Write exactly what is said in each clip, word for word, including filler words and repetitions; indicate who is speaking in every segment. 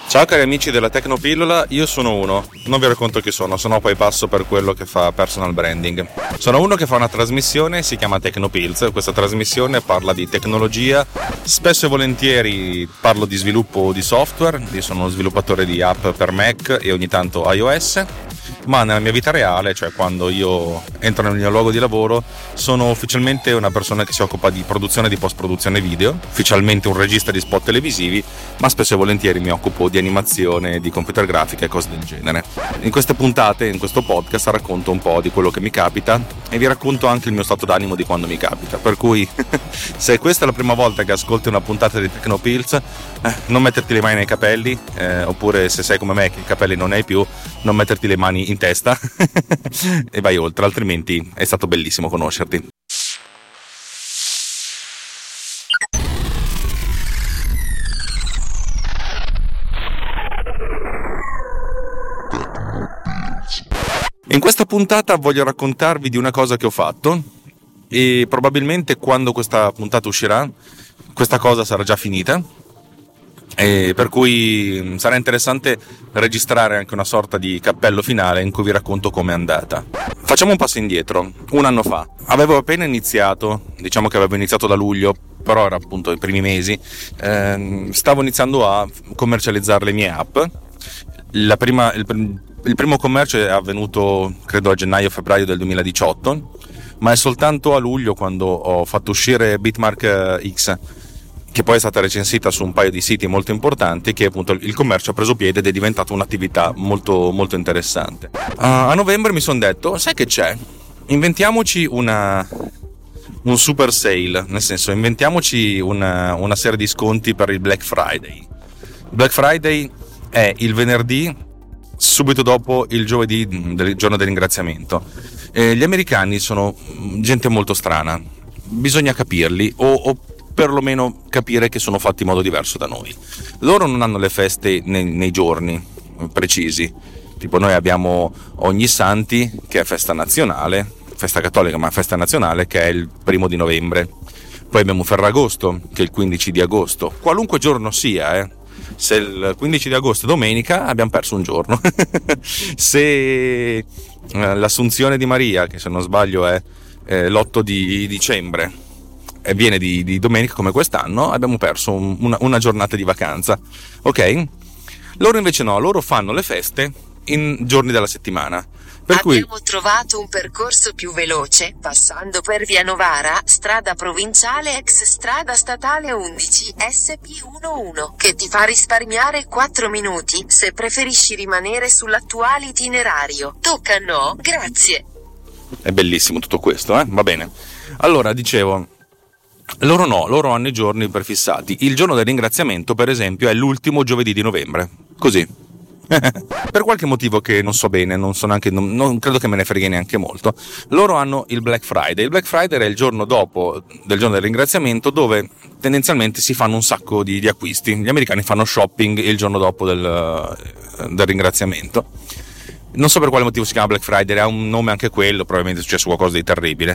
Speaker 1: Ciao cari amici della Tecnopillola, io sono uno, non vi racconto chi sono, sennò poi passo per quello che fa personal branding. Sono uno che fa una trasmissione, si chiama Tecnopills, questa trasmissione parla di tecnologia, spesso e volentieri parlo di sviluppo di software, io sono uno sviluppatore di app per Mac e ogni tanto iOS, ma nella mia vita reale, cioè quando io entro nel mio luogo di lavoro, sono ufficialmente una persona che si occupa di produzione e di post-produzione video, ufficialmente un regista di spot televisivi, ma spesso e volentieri mi occupo di animazione, di computer grafica e cose del genere. In queste puntate, in questo podcast, racconto un po' di quello che mi capita e vi racconto anche il mio stato d'animo di quando mi capita, per cui se questa è la prima volta che ascolti una puntata di Tecnopills, eh, non metterti le mani nei capelli, eh, oppure se sei come me che i capelli non ne hai più, non metterti le mani in testa e vai oltre, altrimenti è stato bellissimo conoscerti. In questa puntata voglio raccontarvi di una cosa che ho fatto e probabilmente quando questa puntata uscirà questa cosa sarà già finita, e per cui sarà interessante registrare anche una sorta di cappello finale in cui vi racconto com'è andata. Facciamo un passo indietro. Un anno fa avevo appena iniziato, diciamo che avevo iniziato da luglio, però era appunto i primi mesi, ehm, stavo iniziando a commercializzare le mie app. La prima, il, il primo commercio è avvenuto credo a gennaio-febbraio del duemiladiciotto, ma è soltanto a luglio quando ho fatto uscire Bitmark X, che poi è stata recensita su un paio di siti molto importanti, che appunto il commercio ha preso piede ed è diventata un'attività molto molto interessante. Uh, a novembre mi sono detto, sai che c'è? Inventiamoci una un super sale, nel senso inventiamoci una, una serie di sconti per il Black Friday. Black Friday è il venerdì subito dopo il giovedì del giorno del ringraziamento. E gli americani sono gente molto strana, bisogna capirli o, o perlomeno capire che sono fatti in modo diverso da noi. Loro non hanno le feste nei, nei giorni precisi, tipo noi abbiamo ogni santi che è festa nazionale, festa cattolica ma festa nazionale, che è il primo di novembre. Poi abbiamo Ferragosto che è il quindici di agosto, qualunque giorno sia, eh. Se il quindici di agosto è domenica abbiamo perso un giorno. Se l'Assunzione di Maria, che se non sbaglio è eh, l'otto di dicembre, e viene di, di domenica come quest'anno, abbiamo perso un, una, una giornata di vacanza, ok? Loro invece no, loro fanno le feste in giorni della settimana. Per
Speaker 2: Abbiamo
Speaker 1: cui
Speaker 2: trovato un percorso più veloce, passando per via Novara, strada provinciale ex strada statale undici S P undici, che ti fa risparmiare quattro minuti, se preferisci rimanere sull'attuale itinerario. Tocca no, grazie.
Speaker 1: è bellissimo tutto questo, eh? Va bene. Allora, dicevo, loro no, loro hanno i giorni prefissati. Il giorno del ringraziamento, per esempio, è l'ultimo giovedì di novembre. Così. Per qualche motivo che non so bene, non so neanche, non, non credo che me ne freghi neanche molto, loro hanno il Black Friday. Il Black Friday è il giorno dopo del giorno del ringraziamento, dove tendenzialmente si fanno un sacco di, di acquisti. Gli americani fanno shopping il giorno dopo del, del ringraziamento. Non so per quale motivo si chiama Black Friday, ha un nome anche quello, probabilmente è successo qualcosa di terribile.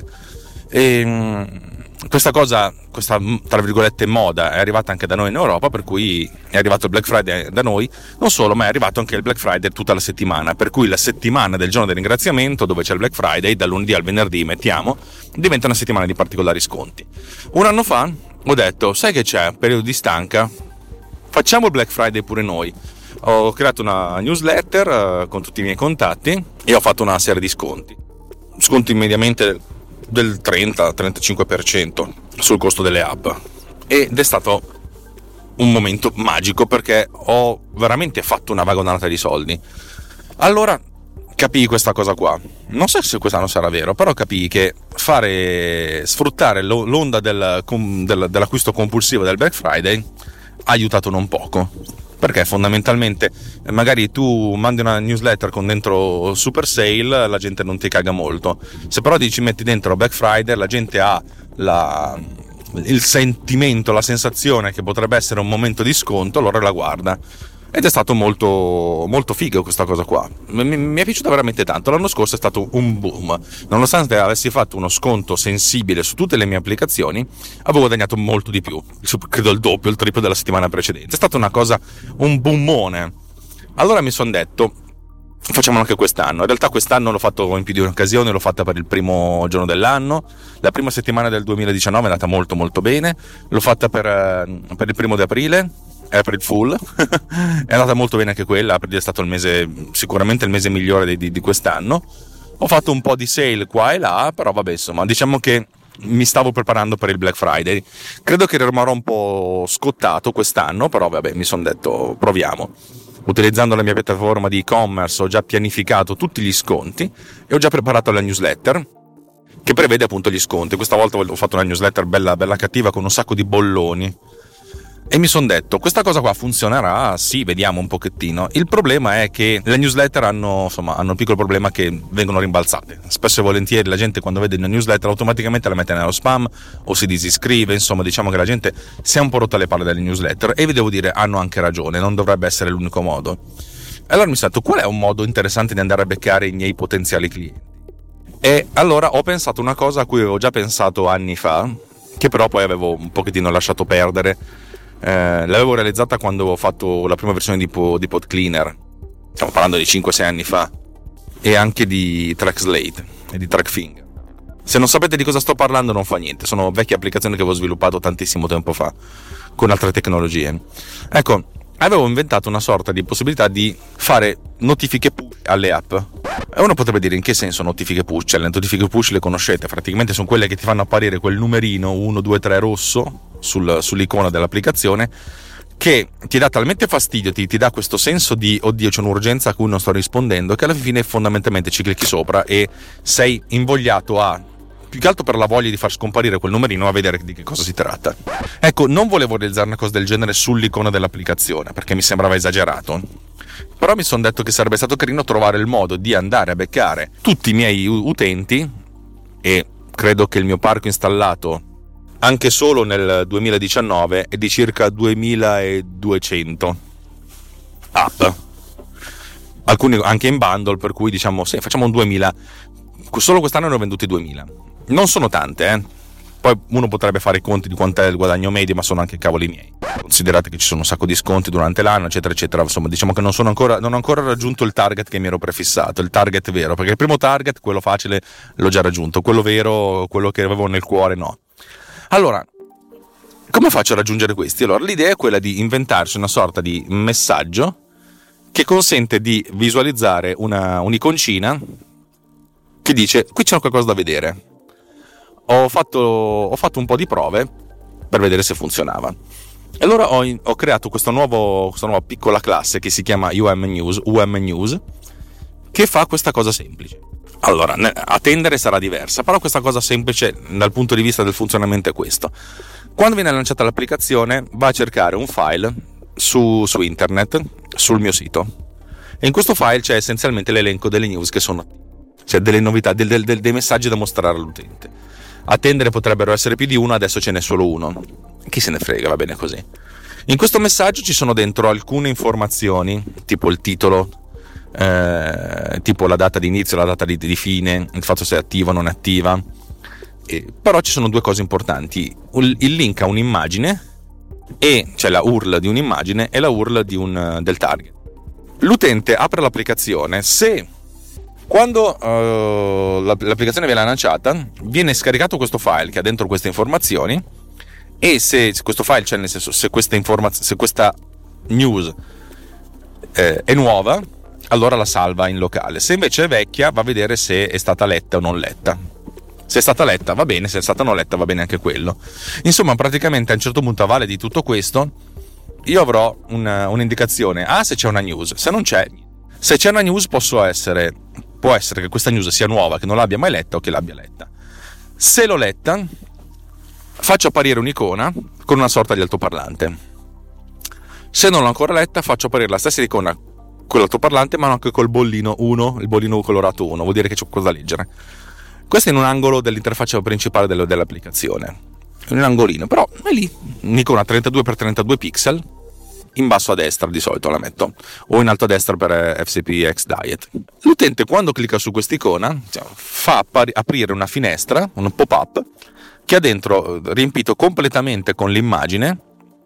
Speaker 1: E questa cosa, questa tra virgolette moda, è arrivata anche da noi in Europa, per cui è arrivato il Black Friday da noi. Non solo, ma è arrivato anche il Black Friday tutta la settimana, per cui la settimana del giorno del ringraziamento, dove c'è il Black Friday, dal lunedì al venerdì mettiamo, diventa una settimana di particolari sconti. Un anno fa ho detto, sai che c'è, periodo di stanca, facciamo il Black Friday pure noi. Ho creato una newsletter uh, con tutti i miei contatti e ho fatto una serie di sconti sconti mediamente del trenta trentacinque per cento sul costo delle app, ed è stato un momento magico perché ho veramente fatto una vagonata di soldi. Allora capii questa cosa qua, non so se quest'anno sarà vero, però capii che fare sfruttare l'onda del, del, dell'acquisto compulsivo del Black Friday ha aiutato non poco, perché fondamentalmente magari tu mandi una newsletter con dentro super sale, la gente non ti caga molto. Se però ti ci metti dentro Black Friday, la gente ha la, il sentimento, la sensazione che potrebbe essere un momento di sconto, allora la guarda. ed è stato molto molto figo questa cosa qua. Mi, mi è piaciuta veramente tanto. L'anno scorso è stato un boom, nonostante avessi fatto uno sconto sensibile su tutte le mie applicazioni, avevo guadagnato molto di più, credo il doppio, il triplo della settimana precedente. È stata una cosa, un boomone. Allora mi sono detto, facciamolo anche quest'anno. In realtà quest'anno l'ho fatto in più di un'occasione, l'ho fatta per il primo giorno dell'anno, la prima settimana del duemiladiciannove è andata molto molto bene, l'ho fatta per, per il primo di aprile, April Fool, è andata molto bene anche quella. Aprile è stato il mese, sicuramente il mese migliore di, di, di quest'anno. Ho fatto un po' di sale qua e là, però vabbè, insomma, diciamo che mi stavo preparando per il Black Friday. Credo che rimarrò un po' scottato quest'anno, però vabbè, mi sono detto proviamo. Utilizzando la mia piattaforma di e-commerce ho già pianificato tutti gli sconti e ho già preparato la newsletter che prevede appunto gli sconti. Questa volta ho fatto una newsletter bella, bella cattiva con un sacco di bolloni. E mi sono detto, questa cosa qua funzionerà? Sì, vediamo un pochettino. Il problema è che le newsletter hanno, insomma, hanno un piccolo problema, che vengono rimbalzate. Spesso e volentieri la gente quando vede una newsletter automaticamente la mette nello spam o si disiscrive. Insomma, diciamo che la gente si è un po' rotta le palle delle newsletter, e vi devo dire, hanno anche ragione, non dovrebbe essere l'unico modo. Allora mi sono detto, qual è un modo interessante di andare a beccare i miei potenziali clienti? E allora ho pensato una cosa a cui avevo già pensato anni fa, che però poi avevo un pochettino lasciato perdere. Eh, l'avevo realizzata quando ho fatto la prima versione di, po- di Pod Cleaner, stiamo parlando di cinque sei anni fa, e anche di TrackSlate e di TrackFinger. Se non sapete di cosa sto parlando non fa niente, sono vecchie applicazioni che avevo sviluppato tantissimo tempo fa con altre tecnologie. Ecco, avevo inventato una sorta di possibilità di fare notifiche push alle app. E uno potrebbe dire, in che senso notifiche push? Cioè, le notifiche push le conoscete, praticamente sono quelle che ti fanno apparire quel numerino uno due tre rosso sul, sull'icona dell'applicazione, che ti dà talmente fastidio, ti, ti dà questo senso di oddio c'è un'urgenza a cui non sto rispondendo, che alla fine fondamentalmente ci clicchi sopra e sei invogliato a, più che altro per la voglia di far scomparire quel numerino, a vedere di che cosa si tratta. Ecco, non volevo realizzare una cosa del genere sull'icona dell'applicazione perché mi sembrava esagerato, però mi sono detto che sarebbe stato carino trovare il modo di andare a beccare tutti i miei utenti, e credo che il mio parco installato anche solo nel duemiladiciannove è di circa duemiladuecento app, alcuni anche in bundle, per cui diciamo se facciamo un duemila, solo quest'anno ne ho venduti duemila. Non sono tante, eh. Poi uno potrebbe fare i conti di quant'è il guadagno medio, ma sono anche cavoli miei. Considerate che ci sono un sacco di sconti durante l'anno, eccetera eccetera. Insomma, diciamo che non sono ancora non ho ancora raggiunto il target che mi ero prefissato, il target vero, perché il primo target, quello facile, l'ho già raggiunto, quello vero, quello che avevo nel cuore no. Allora, come faccio a raggiungere questi? Allora, l'idea è quella di inventarsi una sorta di messaggio che consente di visualizzare una un'iconcina che dice qui c'è qualcosa da vedere. Ho fatto, ho fatto un po' di prove per vedere se funzionava. E allora ho, ho creato questo nuovo, questa nuova piccola classe che si chiama U M News, U M News, che fa questa cosa semplice. Allora, a tendere sarà diversa, però questa cosa semplice dal punto di vista del funzionamento è questo. Quando viene lanciata l'applicazione va a cercare un file su, su internet, sul mio sito, e in questo file c'è essenzialmente l'elenco delle news che sono attive, cioè delle novità, del, del, dei messaggi da mostrare all'utente. A tendere potrebbero essere più di uno, adesso ce n'è solo uno. Chi se ne frega, va bene così. In questo messaggio ci sono dentro alcune informazioni, tipo il titolo, eh, tipo la data di inizio, la data di, di fine, il fatto se è attiva o non è attiva. E, però ci sono due cose importanti: il link a un'immagine, e cioè la U R L di un'immagine e la U R L di un, del target. L'utente apre l'applicazione, se quando uh, l'applicazione viene lanciata viene scaricato questo file che ha dentro queste informazioni, e se questo file, cioè nel senso se questa informaz- se questa news eh, è nuova, allora la salva in locale. Se invece è vecchia va a vedere se è stata letta o non letta. Se è stata letta va bene, se è stata non letta va bene anche quello. Insomma, praticamente a un certo punto, a valle di tutto questo, io avrò una, un'indicazione: ah, se c'è una news, se non c'è, se c'è una news posso essere può essere che questa news sia nuova, che non l'abbia mai letta, o che l'abbia letta. Se l'ho letta, faccio apparire un'icona con una sorta di altoparlante. Se non l'ho ancora letta, faccio apparire la stessa icona con l'altoparlante, ma anche col bollino uno, il bollino colorato uno, vuol dire che c'è qualcosa da leggere. Questo è in un angolo dell'interfaccia principale dell'applicazione, in un angolino, però è lì un'icona trentadue per trentadue pixel, in basso a destra di solito la metto, o in alto a destra per F C P X Diet. L'utente quando clicca su quest'icona fa appari- aprire una finestra, un pop-up, che ha dentro riempito completamente con l'immagine,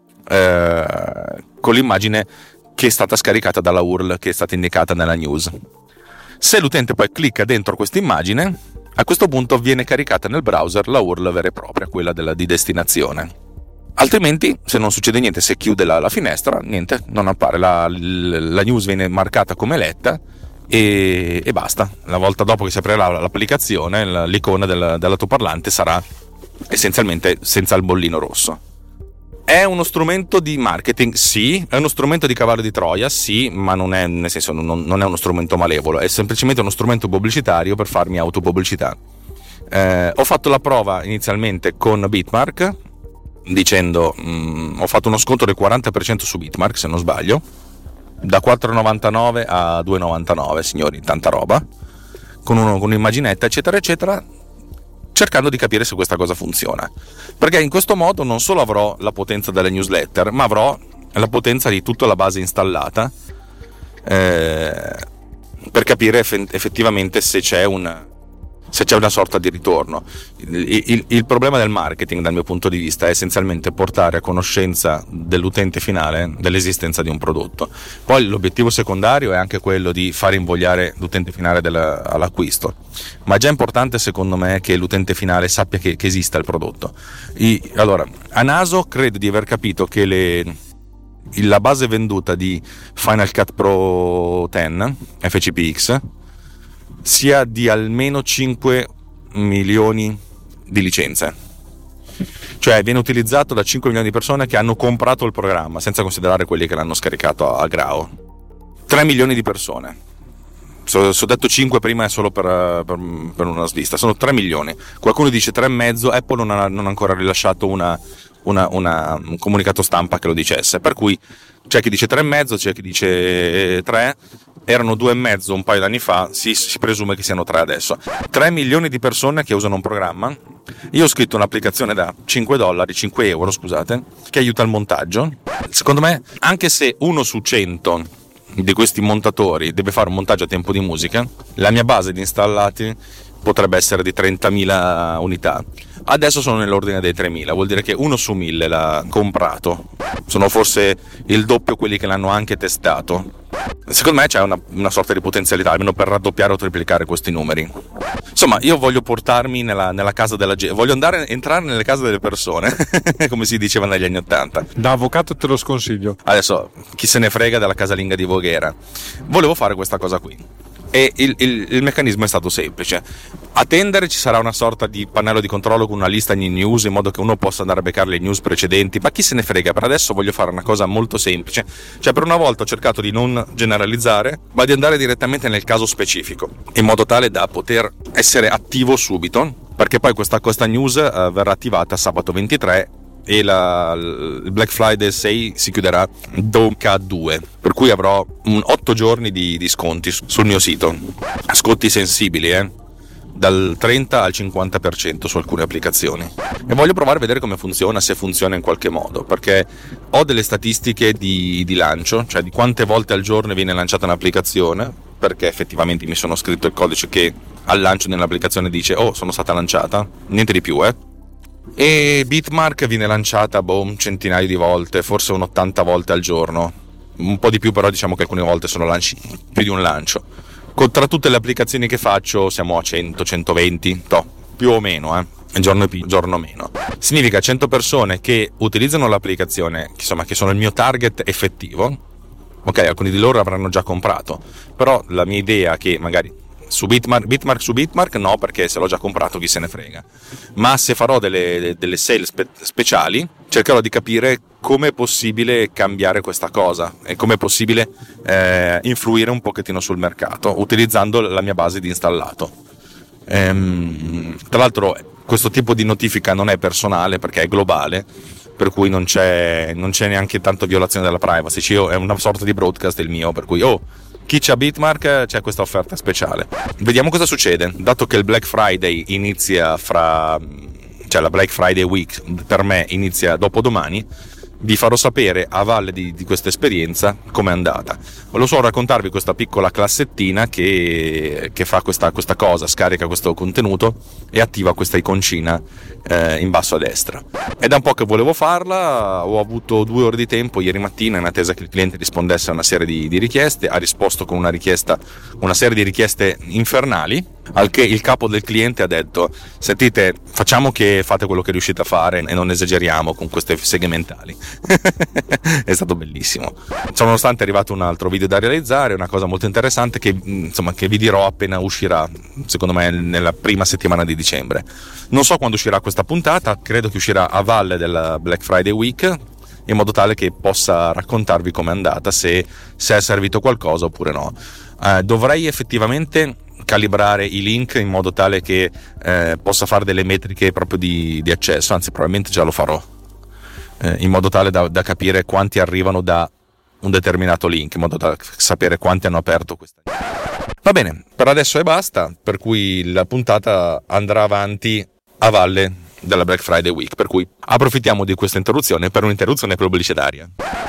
Speaker 1: eh, con l'immagine che è stata scaricata dalla U R L che è stata indicata nella news. Se l'utente poi clicca dentro questa immagine, a questo punto viene caricata nel browser la U R L vera e propria, quella della, di destinazione. Altrimenti, se non succede niente, se chiude la, la finestra, niente, non appare, la, la news viene marcata come letta e, e basta. La volta dopo che si aprirà l'applicazione, l'icona del, dell'altoparlante sarà essenzialmente senza il bollino rosso. È uno strumento di marketing? Sì. È uno strumento di cavallo di Troia? Sì, ma non è, nel senso, non, non è uno strumento malevolo, è semplicemente uno strumento pubblicitario per farmi autopubblicità. Eh, ho fatto la prova inizialmente con Bitmark, dicendo mh, ho fatto uno sconto del quaranta per cento su Bitmark, se non sbaglio, da quattro virgola novantanove a due virgola novantanove, signori, tanta roba, con, uno, con un'immaginetta, eccetera, eccetera, cercando di capire se questa cosa funziona, perché in questo modo non solo avrò la potenza delle newsletter, ma avrò la potenza di tutta la base installata, eh, per capire eff- effettivamente se c'è un se c'è una sorta di ritorno. Il, il, il problema del marketing, dal mio punto di vista, è essenzialmente portare a conoscenza dell'utente finale dell'esistenza di un prodotto. Poi l'obiettivo secondario è anche quello di far invogliare l'utente finale della, all'acquisto, ma è già importante secondo me che l'utente finale sappia che, che esista il prodotto. I, allora, a naso credo di aver capito che le la base venduta di Final Cut Pro dieci F C P X sia di almeno cinque milioni di licenze, cioè viene utilizzato da cinque milioni di persone che hanno comprato il programma, senza considerare quelli che l'hanno scaricato a grao. tre milioni di persone. So, so detto cinque prima è solo per, per, per una svista, sono tre milioni. Qualcuno dice tre e mezzo, Apple non ha, non ha ancora rilasciato una, una, una, un comunicato stampa che lo dicesse, per cui c'è chi dice tre e mezzo, c'è chi dice tre. Erano due e mezzo un paio d'anni fa, si, si presume che siano tre adesso. tre milioni di persone che usano un programma. Io ho scritto un'applicazione da cinque dollari, cinque euro scusate, che aiuta il montaggio. Secondo me, anche se uno su cento di questi montatori deve fare un montaggio a tempo di musica, la mia base di installati potrebbe essere di trentamila unità. Adesso sono nell'ordine dei tremila, vuol dire che uno su mille l'ha comprato. Sono forse il doppio quelli che l'hanno anche testato. Secondo me c'è una, una sorta di potenzialità, almeno per raddoppiare o triplicare questi numeri. Insomma, io voglio portarmi nella, nella casa della gente, voglio andare entrare nelle case delle persone, come si diceva negli anni Ottanta.
Speaker 3: Da avvocato te lo sconsiglio.
Speaker 1: Adesso, chi se ne frega della casalinga di Voghera. Volevo fare questa cosa qui. E il, il, il meccanismo è stato semplice. A tendere ci sarà una sorta di pannello di controllo con una lista di news, in modo che uno possa andare a beccare le news precedenti, ma chi se ne frega. Per adesso voglio fare una cosa molto semplice, cioè per una volta ho cercato di non generalizzare, ma di andare direttamente nel caso specifico, in modo tale da poter essere attivo subito, perché poi questa, questa news uh, verrà attivata sabato ventitré e la, il Black Friday sei si chiuderà dopo H due, per cui avrò otto giorni di, di sconti sul mio sito, sconti sensibili, eh? dal trenta al cinquanta per cento su alcune applicazioni, e voglio provare a vedere come funziona, se funziona in qualche modo, perché ho delle statistiche di, di lancio, cioè di quante volte al giorno viene lanciata un'applicazione, perché effettivamente mi sono scritto il codice che al lancio nell'applicazione dice oh sono stata lanciata, niente di più, eh e Bitmark viene lanciata boh, un centinaio di volte, forse un ottanta volte al giorno, un po' di più, però diciamo che alcune volte sono lanci più di un lancio. Con, tra tutte le applicazioni che faccio siamo a cento centoventi, no, più o meno, eh giorno più, giorno meno. Significa cento persone che utilizzano l'applicazione, insomma, che sono il mio target effettivo. Ok, alcuni di loro avranno già comprato, però la mia idea è che magari su Bitmark, Bitmark su Bitmark no, perché se l'ho già comprato chi se ne frega, ma se farò delle, delle sale spe- speciali cercherò di capire come è possibile cambiare questa cosa e come è possibile eh, influire un pochettino sul mercato utilizzando la mia base di installato. Ehm, tra l'altro questo tipo di notifica non è personale perché è globale, per cui non c'è, non c'è neanche tanto violazione della privacy, cioè, è una sorta di broadcast il mio, per cui oh, chi c'ha Bitmark c'è questa offerta speciale. Vediamo cosa succede, dato che il Black Friday inizia fra, cioè la Black Friday Week per me inizia dopodomani, vi farò sapere a valle di, di questa esperienza com'è andata. Volevo solo raccontarvi questa piccola classettina che, che fa questa, questa cosa, scarica questo contenuto e attiva questa iconcina eh, in basso a destra. È da un po' che volevo farla, ho avuto due ore di tempo ieri mattina in attesa che il cliente rispondesse a una serie di, di richieste. Ha risposto con una richiesta, una serie di richieste infernali, al che il capo del cliente ha detto: sentite, facciamo che fate quello che riuscite a fare e non esageriamo con queste seghe mentali. È stato bellissimo. Ciononostante è arrivato un altro video da realizzare, una cosa molto interessante che, insomma, che vi dirò appena uscirà, secondo me nella prima settimana di dicembre. Non so quando uscirà questa puntata, credo che uscirà a valle della Black Friday Week, in modo tale che possa raccontarvi com'è andata, se, se è servito qualcosa oppure no. Eh, dovrei effettivamente calibrare i link in modo tale che eh, possa fare delle metriche proprio di, di accesso, anzi probabilmente già lo farò, eh, in modo tale da, da capire quanti arrivano da un determinato link, in modo da sapere quanti hanno aperto questa. Va bene, per adesso è basta, per cui la puntata andrà avanti a valle della Black Friday Week, per cui approfittiamo di questa interruzione per un'interruzione pubblicitaria.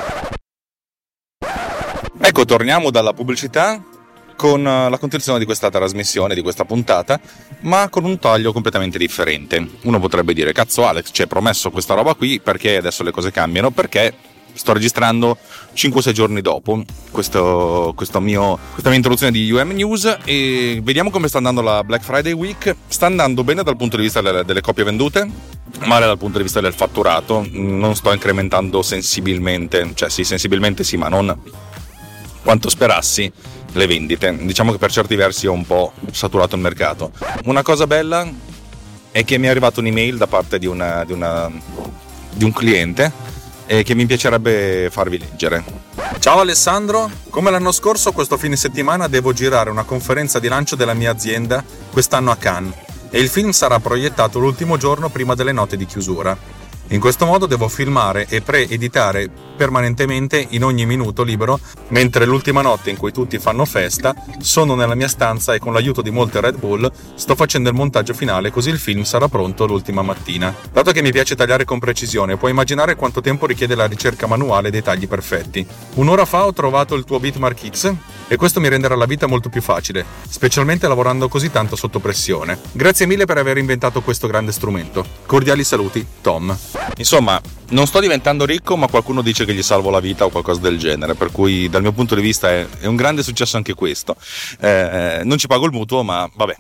Speaker 1: Ecco, torniamo dalla pubblicità con la continuazione di questa trasmissione, di questa puntata, ma con un taglio completamente differente. Uno potrebbe dire: cazzo Alex, ci hai promesso questa roba qui, perché adesso le cose cambiano? Perché sto registrando cinque sei giorni dopo questo, questo mio, questa mia introduzione di U M News, e vediamo come sta andando la Black Friday Week. Sta andando bene dal punto di vista delle, delle copie vendute, male dal punto di vista del fatturato. Non sto incrementando sensibilmente, cioè sì, sensibilmente sì, ma non quanto sperassi le vendite. Diciamo che per certi versi ho un po' saturato il mercato. Una cosa bella è che mi è arrivata un'email da parte di, una, di, una, di un cliente e che mi piacerebbe farvi leggere. Ciao Alessandro, come l'anno scorso questo fine settimana devo girare una conferenza di lancio della mia azienda quest'anno a Cannes e il film sarà proiettato l'ultimo giorno prima delle note di chiusura. In questo modo devo filmare e pre-editare permanentemente in ogni minuto libero, mentre l'ultima notte in cui tutti fanno festa sono nella mia stanza e con l'aiuto di molte Red Bull sto facendo il montaggio finale, così il film sarà pronto l'ultima mattina. Dato che mi piace tagliare con precisione, puoi immaginare quanto tempo richiede la ricerca manuale dei tagli perfetti. Un'ora fa ho trovato il tuo Bitmark X e questo mi renderà la vita molto più facile, specialmente lavorando così tanto sotto pressione. Grazie mille per aver inventato questo grande strumento. Cordiali saluti, Tom. Insomma, non sto diventando ricco, ma qualcuno dice che gli salvo la vita o qualcosa del genere, per cui dal mio punto di vista è, è un grande successo anche questo. Eh, non ci pago il mutuo, ma vabbè.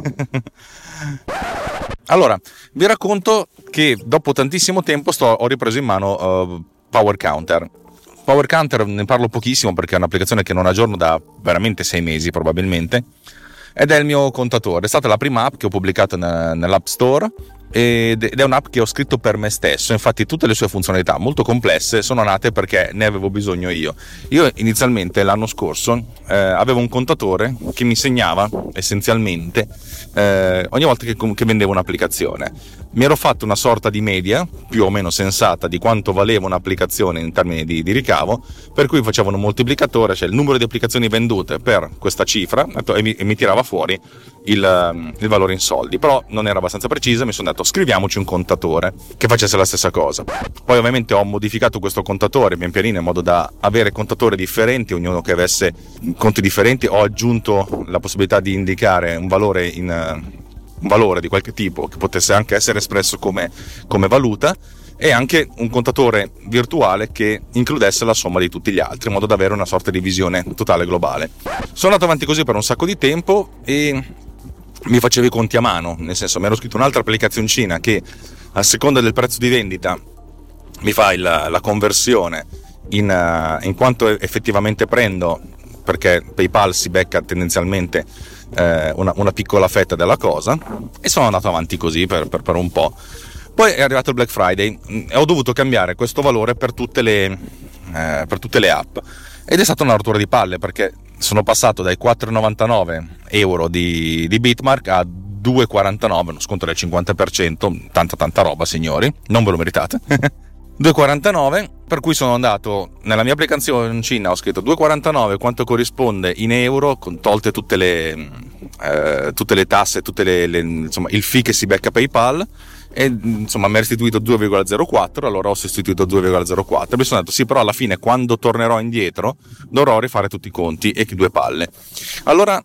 Speaker 1: Allora, vi racconto che dopo tantissimo tempo sto, ho ripreso in mano uh, Power Counter. Power Counter ne parlo pochissimo perché è un'applicazione che non aggiorno da veramente sei mesi probabilmente, ed è il mio contatore. È stata la prima app che ho pubblicato nell'App Store ed è un'app che ho scritto per me stesso. Infatti tutte le sue funzionalità molto complesse sono nate perché ne avevo bisogno io. Io inizialmente l'anno scorso eh, avevo un contatore che mi segnava essenzialmente eh, ogni volta che, che vendevo un'applicazione. Mi ero fatto una sorta di media più o meno sensata di quanto valeva un'applicazione in termini di, di ricavo, per cui facevo un moltiplicatore, cioè il numero di applicazioni vendute per questa cifra, e mi, e mi tirava fuori il, il valore in soldi. Però non era abbastanza precisa, mi sono detto scriviamoci un contatore che facesse la stessa cosa. Poi ovviamente ho modificato questo contatore pian pianino in modo da avere contatori differenti, ognuno che avesse conti differenti. Ho aggiunto la possibilità di indicare un valore in un valore di qualche tipo che potesse anche essere espresso come, come valuta, e anche un contatore virtuale che includesse la somma di tutti gli altri, in modo da avere una sorta di visione totale globale. Sono andato avanti così per un sacco di tempo e mi facevo i conti a mano, nel senso mi ero scritto un'altra applicazioncina che a seconda del prezzo di vendita mi fa il, la conversione in, uh, in quanto effettivamente prendo, perché PayPal si becca tendenzialmente eh, una, una piccola fetta della cosa, e sono andato avanti così per, per, per un po'. Poi è arrivato il Black Friday e ho dovuto cambiare questo valore per tutte le, eh, per tutte le app, ed è stata una rottura di palle perché sono passato dai quattro virgola novantanove euro di, di Bitmark a due virgola quarantanove, uno sconto del cinquanta per cento, tanta tanta roba signori, non ve lo meritate. due virgola quarantanove, per cui sono andato nella mia applicazioncina, ho scritto due virgola quarantanove quanto corrisponde in euro, con tolte tutte le, eh, tutte le tasse, tutte le, le, insomma il fee che si becca PayPal, e insomma mi ha restituito due virgola zero quattro, allora ho sostituito due virgola zero quattro, mi sono detto sì, però alla fine quando tornerò indietro dovrò rifare tutti i conti e due palle. Allora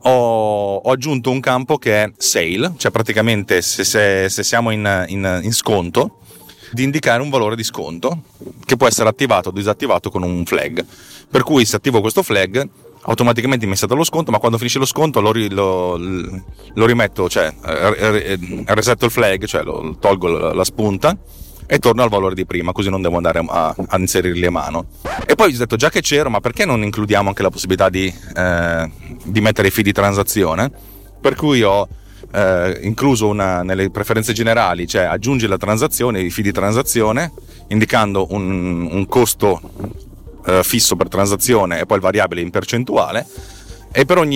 Speaker 1: ho, ho aggiunto un campo che è sale, cioè praticamente se, se, se siamo in, in, in sconto, di indicare un valore di sconto che può essere attivato o disattivato con un flag, per cui se attivo questo flag automaticamente mi setta lo sconto, ma quando finisce lo sconto lo, lo, lo rimetto, cioè resetto il flag, cioè lo, tolgo la, la spunta e torno al valore di prima, così non devo andare a, a inserirli a mano. E poi ho detto, già che c'ero, ma perché non includiamo anche la possibilità di, eh, di mettere i feed di transazione? Per cui ho eh, incluso una, nelle preferenze generali, cioè aggiungi la transazione, i feed di transazione, indicando un, un costo fisso per transazione e poi il variabile in percentuale, e per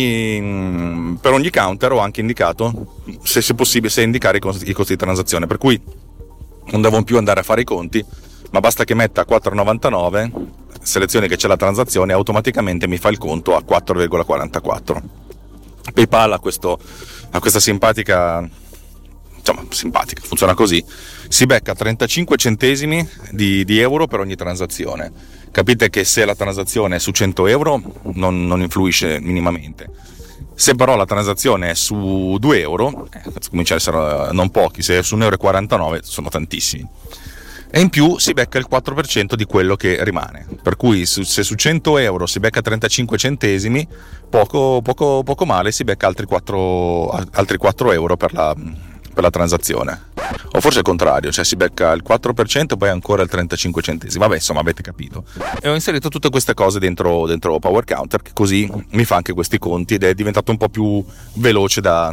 Speaker 1: ogni, per ogni counter ho anche indicato, se è possibile, se indicare i costi, i costi di transazione, per cui non devo più andare a fare i conti, ma basta che metta quattro virgola novantanove, selezioni che c'è la transazione e automaticamente mi fa il conto a quattro virgola quarantaquattro. PayPal ha, questo, ha questa simpatica, insomma simpatica, funziona così, si becca trentacinque centesimi di, di euro per ogni transazione. Capite che se la transazione è su cento euro non, non influisce minimamente. Se però la transazione è su due euro, eh, comincia ad essere non pochi, se è su un euro e quarantanove sono tantissimi. E in più si becca il quattro per cento di quello che rimane. Per cui se su cento euro si becca trentacinque centesimi, poco, poco, poco male si becca altri quattro, altri quattro euro per la, per la transazione. O forse il contrario, cioè si becca il quattro per cento e poi ancora il trentacinque centesimi. Vabbè, insomma, avete capito. E ho inserito tutte queste cose dentro, dentro Power Counter, che così mi fa anche questi conti ed è diventato un po' più veloce da,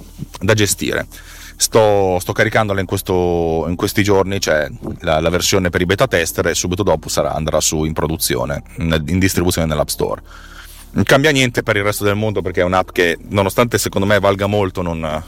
Speaker 1: da gestire. Sto, sto caricandola in, questo, in questi giorni, cioè la, la versione per i beta tester, e subito dopo sarà, andrà su in produzione, in, in distribuzione nell'App Store. Non cambia niente per il resto del mondo, perché è un'app che, nonostante secondo me valga molto, non...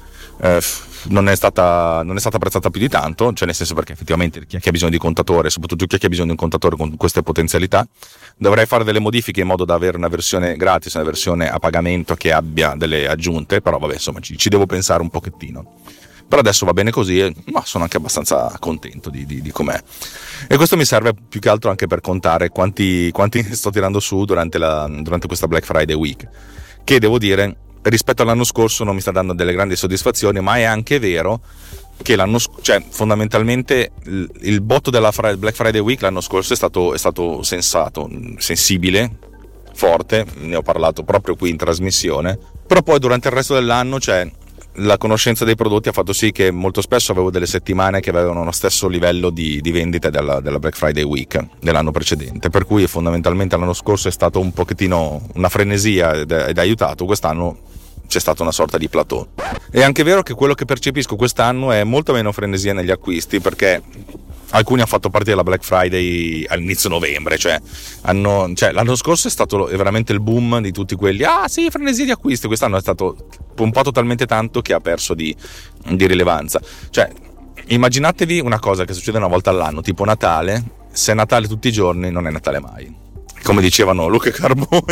Speaker 1: Eh, non è stata non è stata apprezzata più di tanto, cioè nel senso, perché effettivamente chi ha bisogno di contatore, soprattutto chi ha bisogno di un contatore con queste potenzialità, dovrei fare delle modifiche in modo da avere una versione gratis, una versione a pagamento che abbia delle aggiunte, però vabbè, insomma ci, ci devo pensare un pochettino. Però adesso va bene così, e, ma sono anche abbastanza contento di, di, di com'è. E questo mi serve più che altro anche per contare quanti, quanti sto tirando su durante, la, durante questa Black Friday Week, che devo dire rispetto all'anno scorso non mi sta dando delle grandi soddisfazioni, ma è anche vero che l'anno scorso, cioè fondamentalmente il, il botto della Black Friday Week l'anno scorso è stato, è stato sensato, sensibile, forte, ne ho parlato proprio qui in trasmissione, però poi durante il resto dell'anno, cioè la conoscenza dei prodotti ha fatto sì che molto spesso avevo delle settimane che avevano lo stesso livello di, di vendite della, della Black Friday Week dell'anno precedente, per cui fondamentalmente l'anno scorso è stato un pochettino una frenesia ed, ed ha aiutato. Quest'anno c'è stata una sorta di plateau. È anche vero che quello che percepisco quest'anno è molto meno frenesia negli acquisti, perché alcuni hanno fatto partire la Black Friday all'inizio novembre, cioè, hanno, cioè l'anno scorso è stato veramente il boom di tutti quelli, ah sì, frenesia di acquisti. Quest'anno è stato pompato talmente tanto che ha perso di, di rilevanza. Cioè, immaginatevi una cosa che succede una volta all'anno, tipo Natale. Se è Natale tutti i giorni non è Natale mai, come dicevano Luca Carboni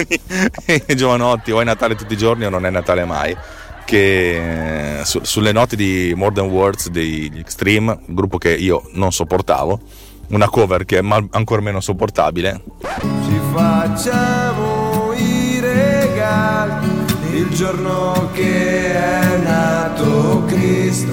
Speaker 1: e Giovanotti, o è Natale tutti i giorni o non è Natale mai. Che su, sulle note di More Than Words degli Extreme, un gruppo che io non sopportavo, una cover che è mal, ancora meno sopportabile.
Speaker 4: Ci facciamo i regali il giorno che è nato Cristo,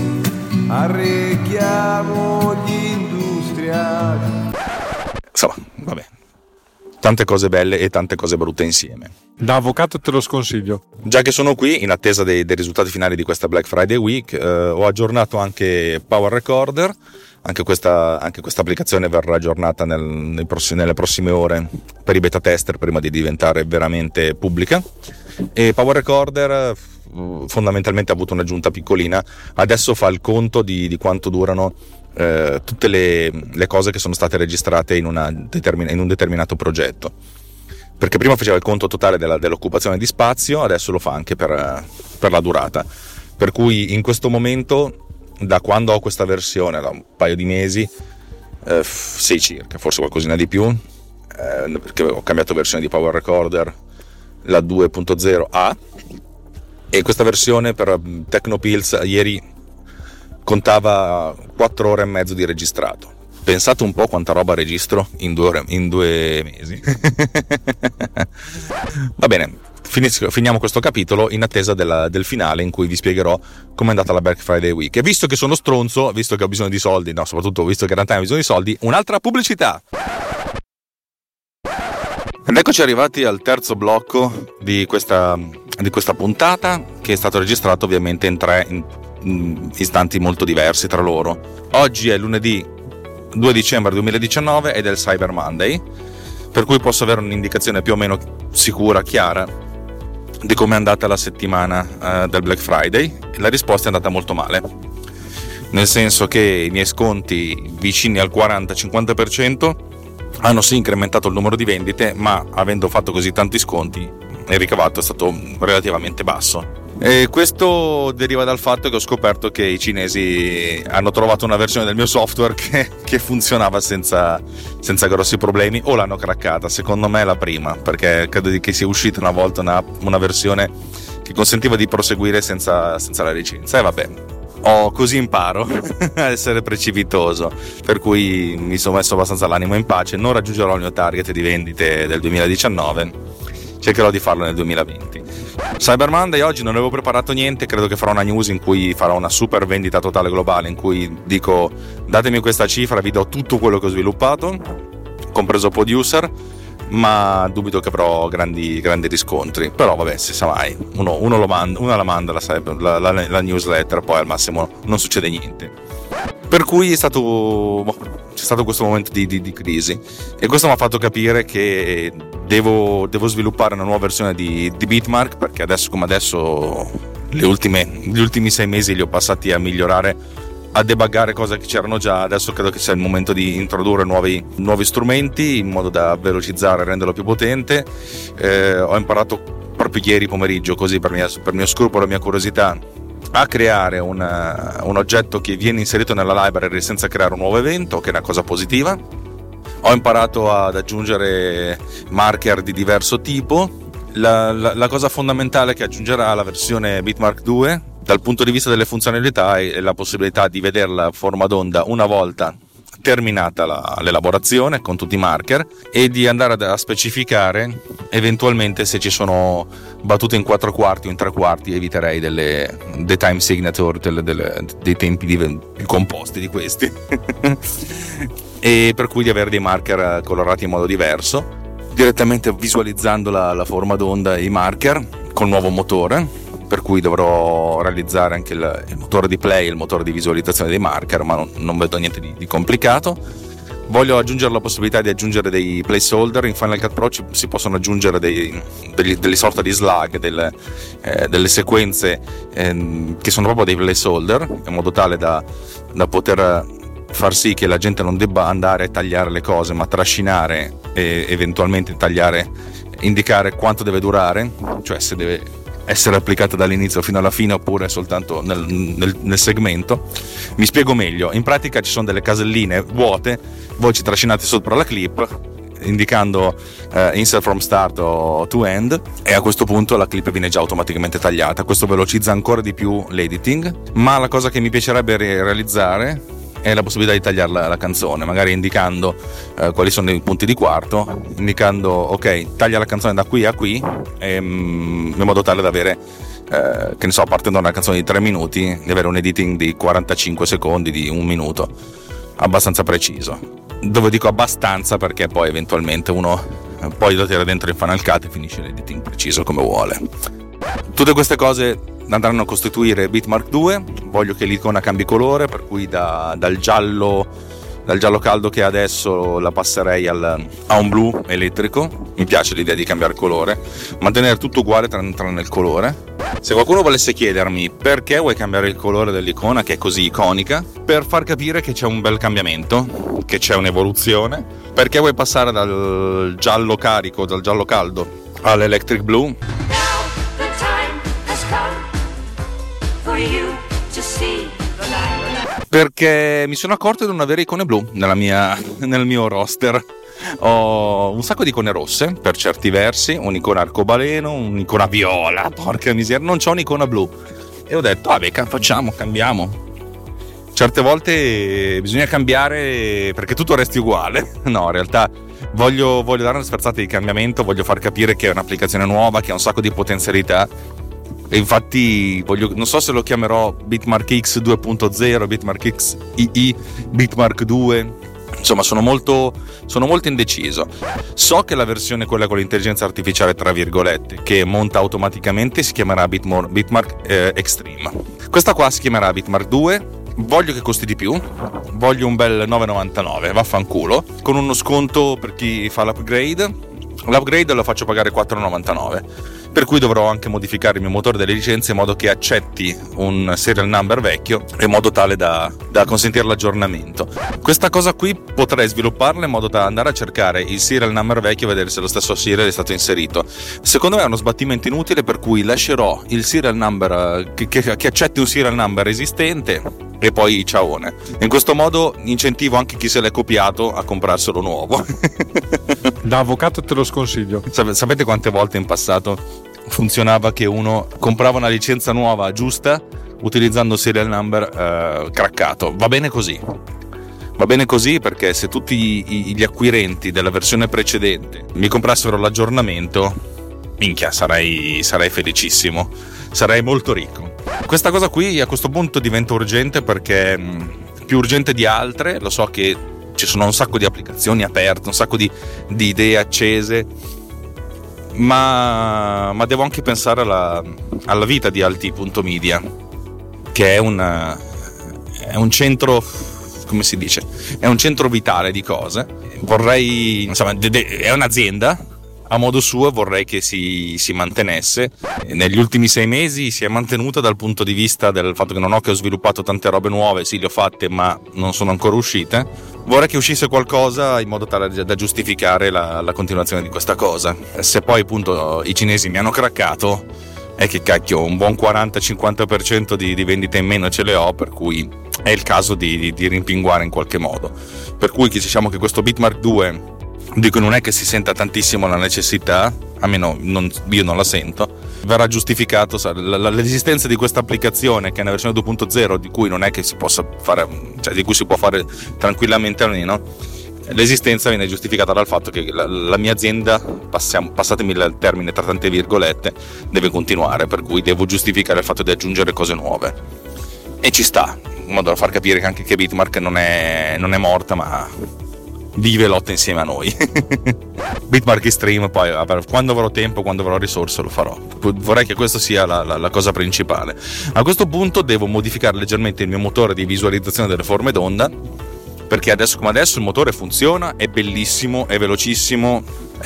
Speaker 4: arricchiamo gli industriali.
Speaker 1: Insomma, vabbè, tante cose belle e tante cose brutte insieme.
Speaker 3: Da avvocato te lo sconsiglio.
Speaker 1: Già che sono qui, in attesa dei, dei risultati finali di questa Black Friday Week, eh, ho aggiornato anche Power Recorder. Anche questa, anche questa applicazione verrà aggiornata nel, nei prossimi, nelle prossime ore per i beta tester, prima di diventare veramente pubblica. E Power Recorder fondamentalmente ha avuto un'aggiunta piccolina. Adesso fa il conto di, di quanto durano eh, tutte le, le cose che sono state registrate in, una determin- in un determinato progetto. Perché prima faceva il conto totale della, dell'occupazione di spazio, adesso lo fa anche per, per la durata. Per cui in questo momento, da quando ho questa versione, da un paio di mesi, eh, sei circa, forse qualcosina di più, eh, perché ho cambiato versione di Power Recorder, la due punto zero A, e questa versione per Technopills ieri contava quattro ore e mezzo di registrato. Pensate un po' quanta roba registro in due, ore, in due mesi. Va bene, finisco, finiamo questo capitolo in attesa della, del finale, in cui vi spiegherò com'è andata la Black Friday Week. E visto che sono stronzo, visto che ho bisogno di soldi, no, soprattutto visto che in realtà ho bisogno di soldi, un'altra pubblicità. Ed eccoci arrivati al terzo blocco di questa, di questa puntata, che è stato registrato ovviamente in tre in, in istanti molto diversi tra loro. Oggi è lunedì due dicembre duemiladiciannove ed è il Cyber Monday, per cui posso avere un'indicazione più o meno sicura, chiara, di come è andata la settimana uh, del Black Friday. La risposta è andata molto male, nel senso che i miei sconti vicini al quaranta cinquanta per cento hanno sì incrementato il numero di vendite, ma avendo fatto così tanti sconti il ricavato è stato relativamente basso. E questo deriva dal fatto che ho scoperto che i cinesi hanno trovato una versione del mio software che, che funzionava senza, senza grossi problemi, o l'hanno craccata. Secondo me è la prima, perché credo che sia uscita una volta una, una versione che consentiva di proseguire senza, senza la licenza. E vabbè, oh, così imparo a essere precipitoso, per cui mi sono messo abbastanza l'animo in pace. Non raggiungerò il mio target di vendite del duemiladiciannove, cercherò di farlo nel duemilaventi. Cyber Monday oggi non avevo preparato niente, credo che farò una news in cui farò una super vendita totale globale, in cui dico datemi questa cifra, vi do tutto quello che ho sviluppato, compreso Producer, ma dubito che avrò grandi, grandi riscontri. Però vabbè, si sa mai, uno, uno, lo manda, uno la manda la, la, la, la newsletter, poi al massimo non succede niente. Per cui è stato, boh, c'è stato questo momento di, di, di crisi, e questo mi ha fatto capire che devo, devo sviluppare una nuova versione di, di Bitmark, perché adesso come adesso le ultime, gli ultimi sei mesi li ho passati a migliorare, a debuggare cose che c'erano già. Adesso credo che sia il momento di introdurre nuovi, nuovi strumenti in modo da velocizzare e renderlo più potente. Eh, ho imparato proprio ieri pomeriggio, così per mia, per mio scrupolo e mia curiosità, a creare una, un oggetto che viene inserito nella library senza creare un nuovo evento, che è una cosa positiva. Ho imparato ad aggiungere marker di diverso tipo. La, la, la cosa fondamentale che aggiungerà la versione Bitmark due dal punto di vista delle funzionalità è la possibilità di vedere la forma d'onda una volta terminata la, l'elaborazione con tutti i marker, e di andare a specificare eventualmente se ci sono battute in quattro quarti o in tre quarti. Eviterei delle, dei time signature, delle, delle, dei tempi di, più composti di questi e per cui di avere dei marker colorati in modo diverso, direttamente visualizzando la, la forma d'onda e i marker col nuovo motore, per cui dovrò realizzare anche il, il motore di play, il motore di visualizzazione dei marker, ma non, non vedo niente di, di complicato. Voglio aggiungere la possibilità di aggiungere dei placeholder. In Final Cut Pro ci, si possono aggiungere dei, degli, delle sorte di slug, delle, eh, delle sequenze eh, che sono proprio dei placeholder, in modo tale da, da poter far sì che la gente non debba andare a tagliare le cose, ma trascinare e eventualmente tagliare, indicare quanto deve durare, cioè se deve essere applicata dall'inizio fino alla fine oppure soltanto nel, nel, nel segmento. Mi spiego meglio: in pratica ci sono delle caselline vuote, voi ci trascinate sopra la clip indicando uh, insert from start o to end, e a questo punto la clip viene già automaticamente tagliata. Questo velocizza ancora di più l'editing, ma la cosa che mi piacerebbe re- realizzare è la possibilità di tagliare la, la canzone, magari indicando eh, quali sono i punti di quarto, indicando ok, taglia la canzone da qui a qui, e, mm, in modo tale da avere eh, che ne so, partendo da una canzone di tre minuti, di avere un editing di quarantacinque secondi, di un minuto, abbastanza preciso. Dove dico abbastanza perché poi eventualmente uno eh, poi lo tira dentro in Final Cut e finisce l'editing preciso come vuole. Tutte queste cose andranno a costituire Bitmark due. Voglio che l'icona cambi colore, per cui da, dal giallo dal giallo caldo che adesso la passerei al, a un blu elettrico. Mi piace l'idea di cambiare colore, mantenere tutto uguale tranne, tranne il colore. Se qualcuno volesse chiedermi perché vuoi cambiare il colore dell'icona che è così iconica, per far capire che c'è un bel cambiamento, che c'è un'evoluzione. Perché vuoi passare dal giallo carico, dal giallo caldo all'electric blue? Perché mi sono accorto di non avere icone blu nella mia, nel mio roster. Ho un sacco di icone rosse per certi versi, un'icona arcobaleno, un'icona viola, porca miseria, non c'ho un'icona blu. E ho detto, vabbè, facciamo, cambiamo. certe volte bisogna cambiare perché tutto resti uguale. No, in realtà voglio, voglio dare una sferzata di cambiamento, voglio far capire che è un'applicazione nuova, che ha un sacco di potenzialità, e infatti voglio, non so se lo chiamerò Bitmark X due punto zero, Bitmark X I I, Bitmark due. Insomma, sono molto, sono molto indeciso. So che la versione, quella con l'intelligenza artificiale, tra virgolette, che monta automaticamente, si chiamerà Bitmor, Bitmark eh, Extreme. Questa qua si chiamerà Bitmark due. Voglio che costi di più, voglio un bel nove virgola novantanove, vaffanculo, con uno sconto per chi fa l'upgrade. L'upgrade lo faccio pagare quattro virgola novantanove, per cui dovrò anche modificare il mio motore delle licenze in modo che accetti un serial number vecchio, in modo tale da, da consentire l'aggiornamento. Questa cosa qui potrei svilupparla in modo da andare a cercare il serial number vecchio e vedere se lo stesso serial è stato inserito. Secondo me è uno sbattimento inutile, per cui lascerò il serial number che, che, che accetti un serial number esistente e poi ciaone. In questo modo incentivo anche chi se l'è copiato a comprarselo nuovo.
Speaker 3: Da avvocato te lo sconsiglio.
Speaker 1: Sapete quante volte in passato funzionava che uno comprava una licenza nuova giusta utilizzando serial number eh, craccato? Va bene così. Va bene così, perché se tutti gli acquirenti della versione precedente mi comprassero l'aggiornamento, minchia, sarei, sarei felicissimo, sarei molto ricco. Questa cosa qui a questo punto diventa urgente, perché mh, più urgente di altre. Lo so che ci sono un sacco di applicazioni aperte, un sacco di, di idee accese, ma, ma devo anche pensare alla, alla vita di Alti.media, che è un, è un centro, come si dice, è un centro vitale di cose. Vorrei, insomma, de, de, è un'azienda a modo suo, vorrei che si, si mantenesse. Negli ultimi sei mesi si è mantenuta dal punto di vista del fatto che non ho che ho sviluppato tante robe nuove, sì, le ho fatte, ma non sono ancora uscite. Vorrei che uscisse qualcosa in modo tale da giustificare la, la continuazione di questa cosa. Se poi appunto i cinesi mi hanno craccato, è che cacchio, un buon quaranta cinquanta per cento di, di vendite in meno ce le ho, per cui è il caso di, di, di rimpinguare in qualche modo. Per cui diciamo che questo Bitmark due, dico, non è che si senta tantissimo la necessità, almeno non, io non la sento, verrà giustificato l'esistenza di questa applicazione, che è una versione due punto zero, di cui non è che si possa fare, cioè di cui si può fare tranquillamente a meno. L'esistenza viene giustificata dal fatto che la, la mia azienda, passiamo, passatemi il termine tra tante virgolette, deve continuare, per cui devo giustificare il fatto di aggiungere cose nuove, e ci sta, in modo da far capire che anche che Bitmark non è, non è morta, ma vive e lotta insieme a noi. Bitmark Extreme, poi quando avrò tempo, quando avrò risorse, lo farò. Vorrei che questa sia la, la, la cosa principale. A questo punto devo modificare leggermente il mio motore di visualizzazione delle forme d'onda, perché adesso come adesso il motore funziona, è bellissimo, è velocissimo,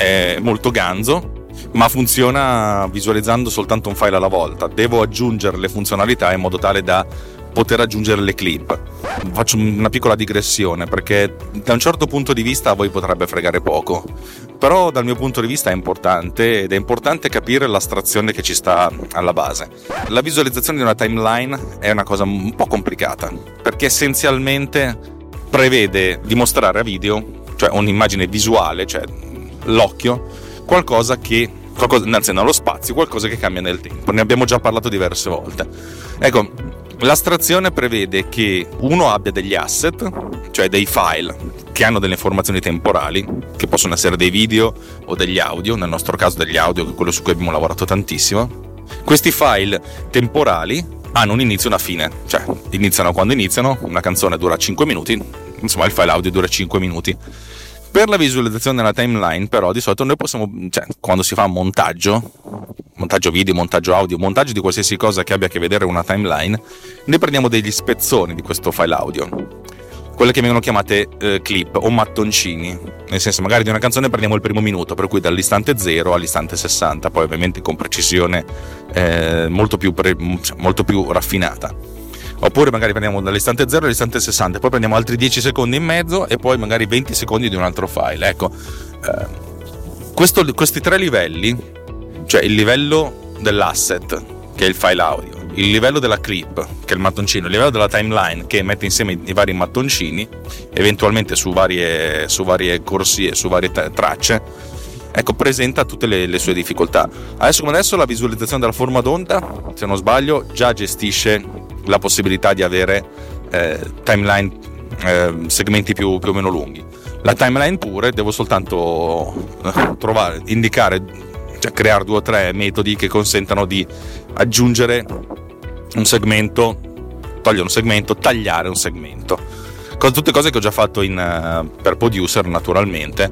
Speaker 1: è molto ganzo, ma funziona visualizzando soltanto un file alla volta. Devo aggiungere le funzionalità in modo tale da poter aggiungere le clip. Faccio una piccola digressione, perché da un certo punto di vista a voi potrebbe fregare poco, però dal mio punto di vista è importante, ed è importante capire l'astrazione che ci sta alla base. La visualizzazione di una timeline è una cosa un po' complicata, perché essenzialmente prevede di mostrare a video, cioè un'immagine visuale, cioè l'occhio, qualcosa che qualcosa, anzi nello spazio, qualcosa che cambia nel tempo. Ne abbiamo già parlato diverse volte. Ecco, l'astrazione prevede che uno abbia degli asset, cioè dei file che hanno delle informazioni temporali, che possono essere dei video o degli audio, nel nostro caso degli audio, che è quello su cui abbiamo lavorato tantissimo. Questi file temporali hanno un inizio e una fine, cioè iniziano quando iniziano, una canzone dura cinque minuti, insomma il file audio dura cinque minuti. Per la visualizzazione della timeline, però, di solito noi possiamo, cioè quando si fa montaggio, montaggio video, montaggio audio, montaggio di qualsiasi cosa che abbia a che vedere con una timeline, ne prendiamo degli spezzoni di questo file audio, quelle che vengono chiamate eh, clip o mattoncini, nel senso, magari di una canzone prendiamo il primo minuto, per cui dall'istante zero all'istante sessanta, poi ovviamente con precisione eh, molto più pre- molto più raffinata. Oppure magari prendiamo dall'istante zero all'istante sessanta, poi prendiamo altri dieci secondi in mezzo e poi magari venti secondi di un altro file. Ecco, eh, questo, questi tre livelli, cioè il livello dell'asset, che è il file audio, il livello della clip, che è il mattoncino, il livello della timeline, che mette insieme i vari mattoncini, eventualmente su varie, su varie corsie, su varie t- tracce, ecco, presenta tutte le, le sue difficoltà. Adesso come adesso la visualizzazione della forma d'onda, se non sbaglio, già gestisce la possibilità di avere eh, timeline, eh, segmenti più, più o meno lunghi. La timeline pure devo soltanto trovare, indicare, cioè creare due o tre metodi che consentano di aggiungere un segmento, togliere un segmento, tagliare un segmento. Tutte cose che ho già fatto in, uh, per Producer naturalmente,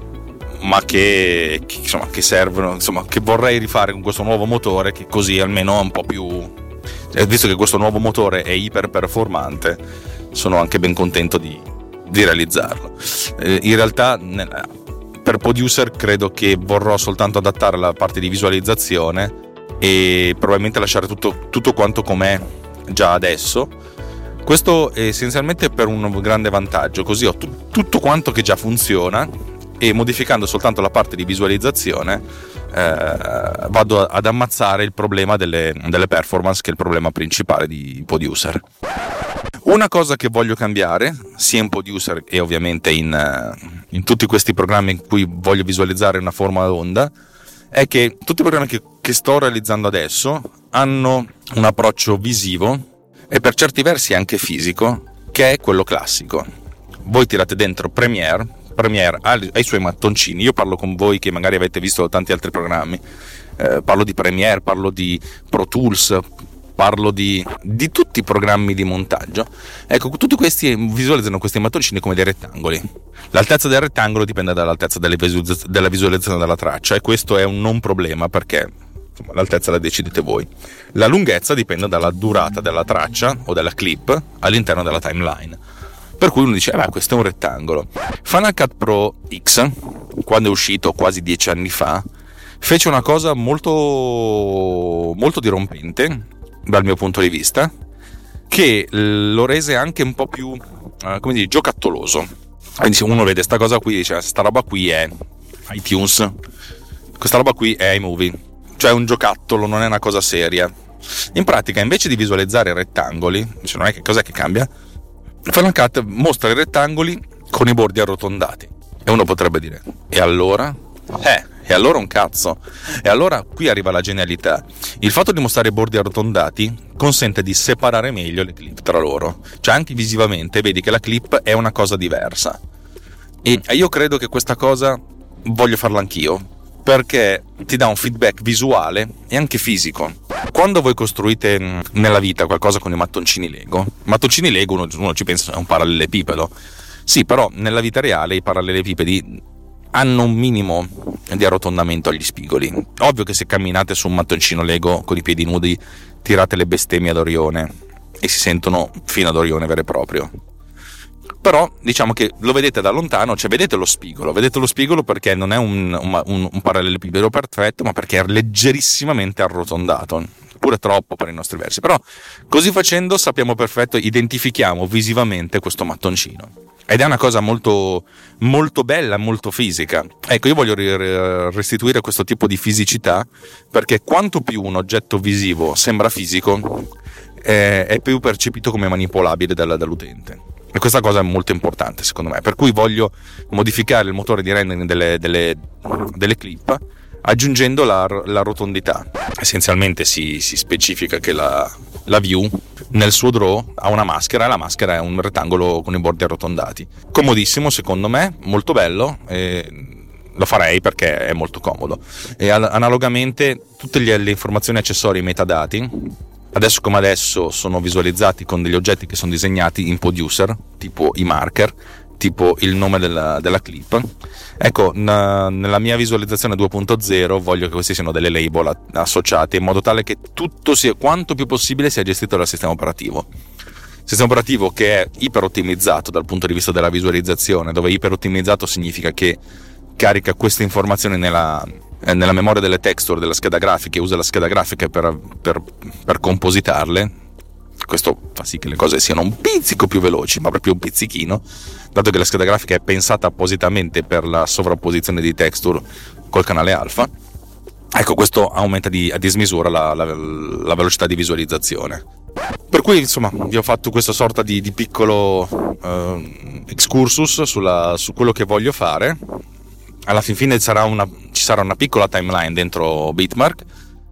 Speaker 1: ma che, che, insomma, che servono, insomma, che vorrei rifare con questo nuovo motore, che così almeno è un po' più, eh, visto che questo nuovo motore è iper performante, sono anche ben contento di, di realizzarlo. Eh, in realtà nel, per Producer credo che vorrò soltanto adattare la parte di visualizzazione e probabilmente lasciare tutto, tutto quanto com'è già adesso. Questo è essenzialmente per un grande vantaggio, così ho t- tutto quanto che già funziona e modificando soltanto la parte di visualizzazione eh, vado ad ammazzare il problema delle, delle performance, che è il problema principale di Producer. Una cosa che voglio cambiare sia in Producer e ovviamente in, in tutti questi programmi in cui voglio visualizzare una forma d'onda è che tutti i programmi che, che sto realizzando adesso hanno un approccio visivo e per certi versi anche fisico, che è quello classico. Voi tirate dentro Premiere, Premiere ha i suoi mattoncini. Io parlo con voi che magari avete visto tanti altri programmi, eh, parlo di Premiere, parlo di Pro Tools, parlo di, di tutti i programmi di montaggio. Ecco, tutti questi visualizzano questi mattoncini come dei rettangoli. L'altezza del rettangolo dipende dall'altezza delle visualizz- della visualizzazione della traccia, e questo è un non problema perché l'altezza la decidete voi. La lunghezza dipende dalla durata della traccia o della clip all'interno della timeline, per cui uno dice, eh beh, questo è un rettangolo. Final Cut Pro X, quando è uscito quasi dieci anni fa, fece una cosa molto molto dirompente dal mio punto di vista, che lo rese anche un po' più eh, come dire, giocattoloso. Quindi se uno vede sta cosa qui, dice, sta roba qui è iTunes, questa roba qui è iMovie, cioè un giocattolo, non è una cosa seria. In pratica, invece di visualizzare rettangoli, cioè non è che cos'è che cambia, Final Cut mostra i rettangoli con i bordi arrotondati. E uno potrebbe dire, e allora? Eh, e allora un cazzo. E allora qui arriva la genialità. Il fatto di mostrare i bordi arrotondati consente di separare meglio le clip tra loro. Cioè anche visivamente vedi che la clip è una cosa diversa. E io credo che questa cosa voglio farla anch'io, perché ti dà un feedback visuale e anche fisico. Quando voi costruite nella vita qualcosa con i mattoncini Lego, mattoncini Lego uno, uno ci pensa è un parallelepipedo. Sì, però nella vita reale i parallelepipedi hanno un minimo di arrotondamento agli spigoli. Ovvio che se camminate su un mattoncino Lego con i piedi nudi tirate le bestemmie ad Orione e si sentono fino ad Orione vero e proprio. Però diciamo che lo vedete da lontano, cioè vedete lo spigolo, vedete lo spigolo perché non è un, un, un parallelepipedo perfetto, ma perché è leggerissimamente arrotondato, pure troppo per i nostri versi. Però così facendo sappiamo perfetto, identifichiamo visivamente questo mattoncino, ed è una cosa molto molto bella, molto fisica. Ecco, io voglio restituire questo tipo di fisicità, perché quanto più un oggetto visivo sembra fisico è, è più percepito come manipolabile dal, dall'utente. E questa cosa è molto importante secondo me, per cui voglio modificare il motore di rendering delle, delle, delle clip aggiungendo la, la rotondità. Essenzialmente si, si specifica che la, la view nel suo draw ha una maschera, e la maschera è un rettangolo con i bordi arrotondati. Comodissimo secondo me, molto bello, e lo farei perché è molto comodo. E analogamente tutte le, le informazioni accessorie, i metadati, adesso come adesso sono visualizzati con degli oggetti che sono disegnati in Producer, tipo i marker, tipo il nome della, della clip. Ecco, n- nella mia visualizzazione due punto zero voglio che questi siano delle label a- associate, in modo tale che tutto sia quanto più possibile sia gestito dal sistema operativo. Sistema operativo che è iper ottimizzato dal punto di vista della visualizzazione, dove iper ottimizzato significa che carica queste informazioni nella nella memoria delle texture della scheda grafica e usa la scheda grafica per, per, per compositarle. Questo fa sì che le cose siano un pizzico più veloci, ma proprio un pizzichino, dato che la scheda grafica è pensata appositamente per la sovrapposizione di texture col canale alfa. Ecco, questo aumenta di, a dismisura la, la, la velocità di visualizzazione. Per cui insomma vi ho fatto questa sorta di, di piccolo eh, excursus sulla, su quello che voglio fare. Alla fin fine sarà una, ci sarà una piccola timeline dentro Bitmark,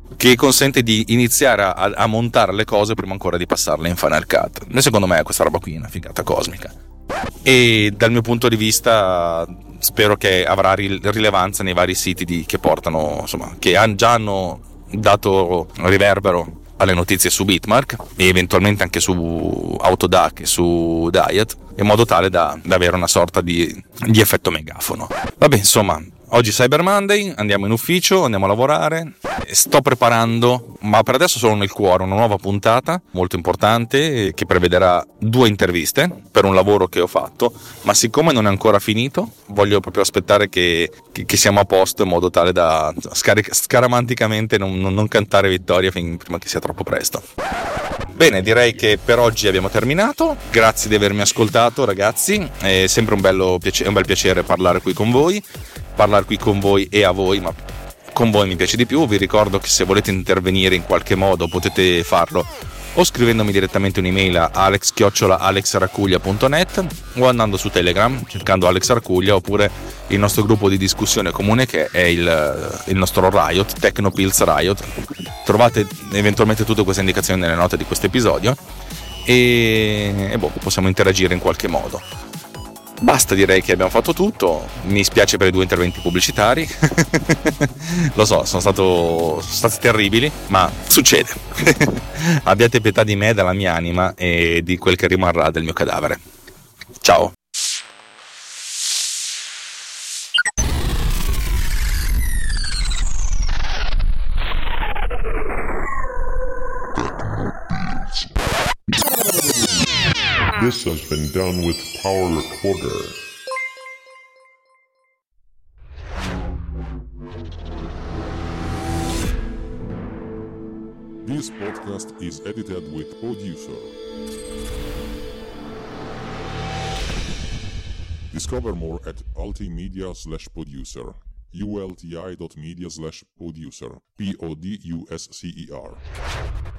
Speaker 1: che consente di iniziare a, a montare le cose prima ancora di passarle in Final Cut. E secondo me questa roba qui è una figata cosmica. E dal mio punto di vista spero che avrà rilevanza nei vari siti di, che portano, insomma, che han, già hanno dato riverbero alle notizie su Bitmark e eventualmente anche su Autodac e su Diet, in modo tale da, da avere una sorta di, di effetto megafono. Vabbè, insomma, oggi Cyber Monday, andiamo in ufficio, andiamo a lavorare. Sto preparando, ma per adesso solo nel cuore, una nuova puntata molto importante che prevederà due interviste per un lavoro che ho fatto, ma siccome non è ancora finito voglio proprio aspettare che, che, che siamo a posto, in modo tale da scaric- scaramanticamente non, non, non cantare vittoria fin, prima che sia troppo presto. Bene, direi che per oggi abbiamo terminato. Grazie di avermi ascoltato, ragazzi, è sempre un, bello piace- un bel piacere parlare qui con voi parlare qui con voi e a voi, ma con voi mi piace di più. Vi ricordo che se volete intervenire in qualche modo potete farlo o scrivendomi direttamente un'email a alex chiocciola alexaracuglia punto net o andando su Telegram cercando Alex Arcuglia, oppure il nostro gruppo di discussione comune che è il, il nostro Riot, Technopills Riot. Trovate eventualmente tutte queste indicazioni nelle note di questo episodio e, e boh, possiamo interagire in qualche modo. Basta, direi che abbiamo fatto tutto. Mi spiace per i due interventi pubblicitari. Lo so, sono, stato, sono stati terribili, ma succede. Abbiate pietà di me, della mia anima e di quel che rimarrà del mio cadavere. Ciao.
Speaker 5: This has been done with Power Recorder. This podcast is edited with Producer. Discover more at ultimedia slash producer. ulti dot media slash producer. P O D U S C E R.